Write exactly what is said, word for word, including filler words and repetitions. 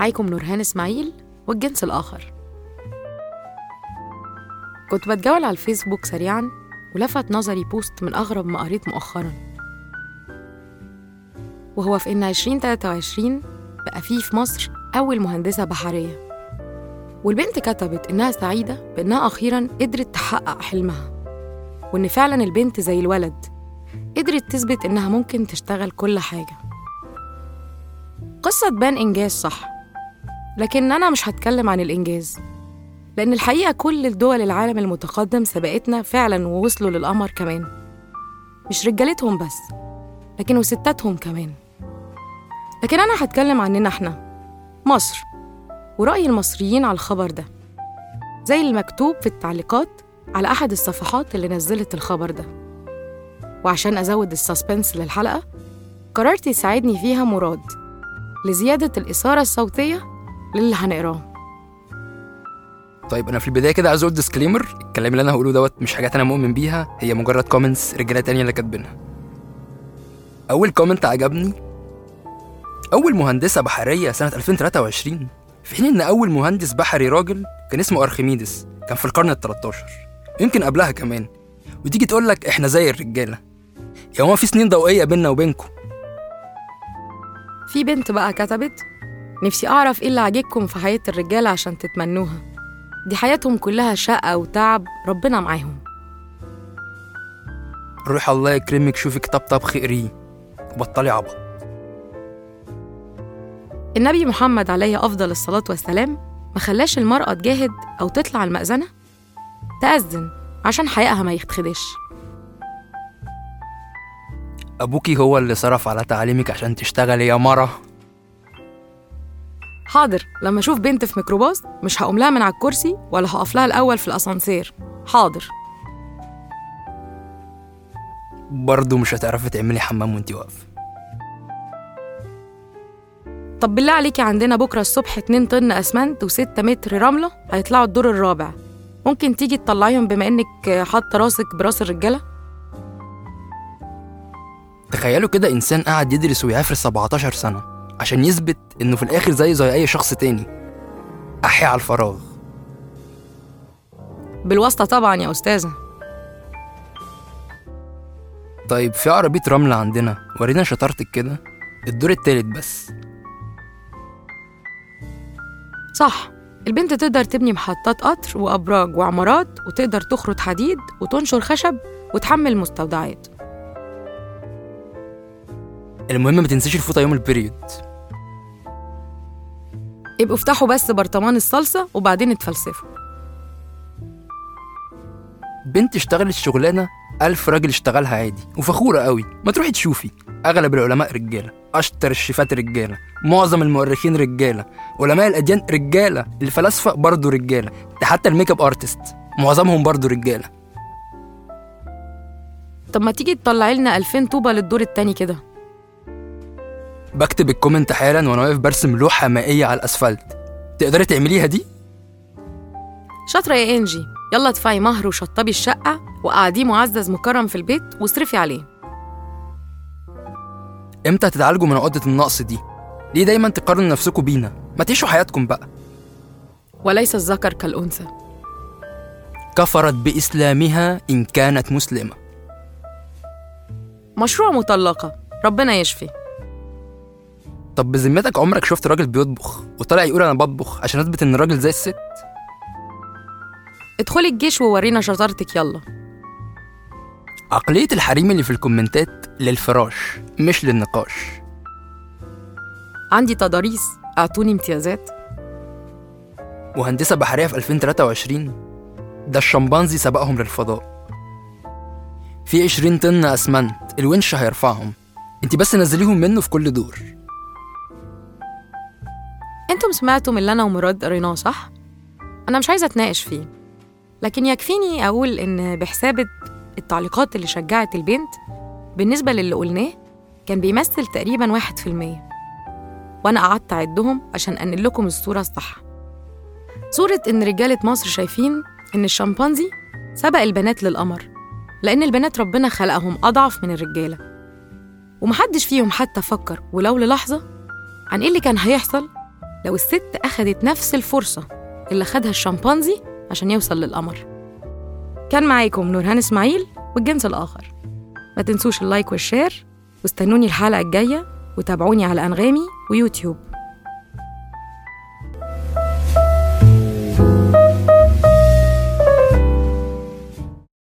معاكم نورهان إسماعيل والجنس الآخر. كنت بتجول على الفيسبوك سريعاً ولفت نظري بوست من أغرب ما قريت مؤخراً، وهو في إن عشرين تلاتة وعشرين بقى فيه في مصر أول مهندسة بحرية، والبنت كتبت إنها سعيدة بإنها أخيراً قدرت تحقق حلمها، وإن فعلاً البنت زي الولد قدرت تثبت إنها ممكن تشتغل كل حاجة. قصة تبان إنجاز صح، لكن أنا مش هتكلم عن الإنجاز، لأن الحقيقة كل الدول العالم المتقدم سبقتنا فعلاً ووصلوا للقمر كمان، مش رجالتهم بس لكن وستاتهم كمان. لكن أنا هتكلم عننا إحنا مصر ورأي المصريين على الخبر ده، زي المكتوب في التعليقات على أحد الصفحات اللي نزلت الخبر ده. وعشان أزود السسبنس للحلقة قررت يساعدني فيها مراد لزيادة الإثارة الصوتية للي هنقراه. طيب أنا في البداية كده عايز أقول ديسكليمر، الكلام اللي أنا هقوله دوت مش حاجات أنا مؤمن بيها، هي مجرد كومنتس رجالة تانية اللي كاتبينها. أول كومنت عجبني: أول مهندسة بحرية سنة ألفين وتلاتة وعشرين، في حين إن أول مهندس بحري راجل كان اسمه أرخميدس، كان في القرن التلتاشر يمكن قبلها كمان، وتيجي تقولك إحنا زي الرجالة. يا هو في سنين ضوئية بيننا وبينكم. في بنت بقى كتبت: نفسي أعرف إيه اللي عاجبكم في حياة الرجالة عشان تتمنوها، دي حياتهم كلها شقة وتعب، ربنا معاهم. روح الله يكرمك، شوفك طبطب خيري وبطلي عبط. النبي محمد عليه أفضل الصلاة والسلام ما خلاش المرأة تجاهد أو تطلع المأذنة تأذن عشان حيائها ما يتخدش. أبوكي هو اللي صرف على تعليمك عشان تشتغلي يا مرة. حاضر، لما أشوف بنت في ميكروباص مش هقوم لها من على الكرسي ولا هقف لها الأول في الأسانسير. حاضر. برضو مش هتعرفي تعملي حمام وانتي واقفة. طب بالله عليكي، عندنا بكرة الصبح اتنين طن أسمنت وستة متر رملة هيطلعوا الدور الرابع، ممكن تيجي تطلعيهم بما إنك حاطة راسك براس الرجالة؟ تخيلوا كده إنسان قاعد يدرس ويعافر سبعتاشر سنة عشان يثبت إنه في الآخر زي زي أي شخص تاني. أحيا على الفراغ. بالواسطة طبعا يا أستاذة. طيب في عربية رملة عندنا، ورينا شطارتك كده، الدور التالت بس. صح، البنت تقدر تبني محطات قطر وأبراج وعمارات، وتقدر تخرط حديد وتنشر خشب وتحمل مستودعات. المهم ما تنسيش الفوطة يوم البريود. يبقوا افتحوا بس برطمان الصلصة وبعدين اتفلسفوا. بنت اشتغلت شغلانة ألف راجل اشتغلها عادي وفخورة قوي. ما تروحي تشوفي، أغلب العلماء رجالة، أشطر الشيفات رجالة، معظم المؤرخين رجالة، علماء الأديان رجالة، الفلاسفة برضو رجالة، ده حتى الميك اب ارتست معظمهم برضو رجالة. طب ما تيجي تطلعي لنا ألفين طوبة للدور التاني كده. بكتب الكومنت حالا وانا واقف برسم لوحة مائية على الأسفلت. تقدري تعمليها دي؟ شاطرة يا إنجي، يلا ادفعي مهر وشطبي الشقة وقعديه معزز مكرم في البيت واصرفي عليه. امتى هتتعالجوا من عقدة النقص دي؟ ليه دايما تقارنوا نفسكم بينا؟ ما تعيشوا حياتكم بقى. وليس الذكر كالأنثى. كفرت بإسلامها إن كانت مسلمة. مشروع مطلقة، ربنا يشفي. طب بذمتك عمرك شفت راجل بيطبخ وطلع يقول أنا بطبخ عشان أثبت إن الراجل زي الست؟ ادخلي الجيش وورينا شطارتك يلا. عقلية الحريم اللي في الكومنتات للفراش مش للنقاش. عندي تضاريس، اعطوني امتيازات. مهندسة بحرية في ألفين وتلاتة وعشرين، ده الشمبانزي سبقهم للفضاء. في عشرين طن أسمنت الونش هيرفعهم، انتي بس نزليهم منه في كل دور. انتم سمعتم اللي انا ومراد قريناه صح؟ انا مش عايزة اتناقش فيه، لكن يكفيني اقول ان بحسابة التعليقات اللي شجعت البنت بالنسبة للي قلناه كان بيمثل تقريباً واحد في المية، وأنا قعدت أعدهم عشان أنقل لكم الصورة الصح. صورة إن رجالة مصر شايفين إن الشمبانزي سبق البنات للقمر، لأن البنات ربنا خلقهم أضعف من الرجالة، ومحدش فيهم حتى فكر ولو للحظة عن إيه اللي كان هيحصل لو الست أخدت نفس الفرصة اللي خدها الشمبانزي عشان يوصل للقمر. كان معاكم نورهان إسماعيل والجنس الآخر. ما تنسوش اللايك والشير، واستنوني الحلقة الجاية، وتابعوني على أنغامي ويوتيوب.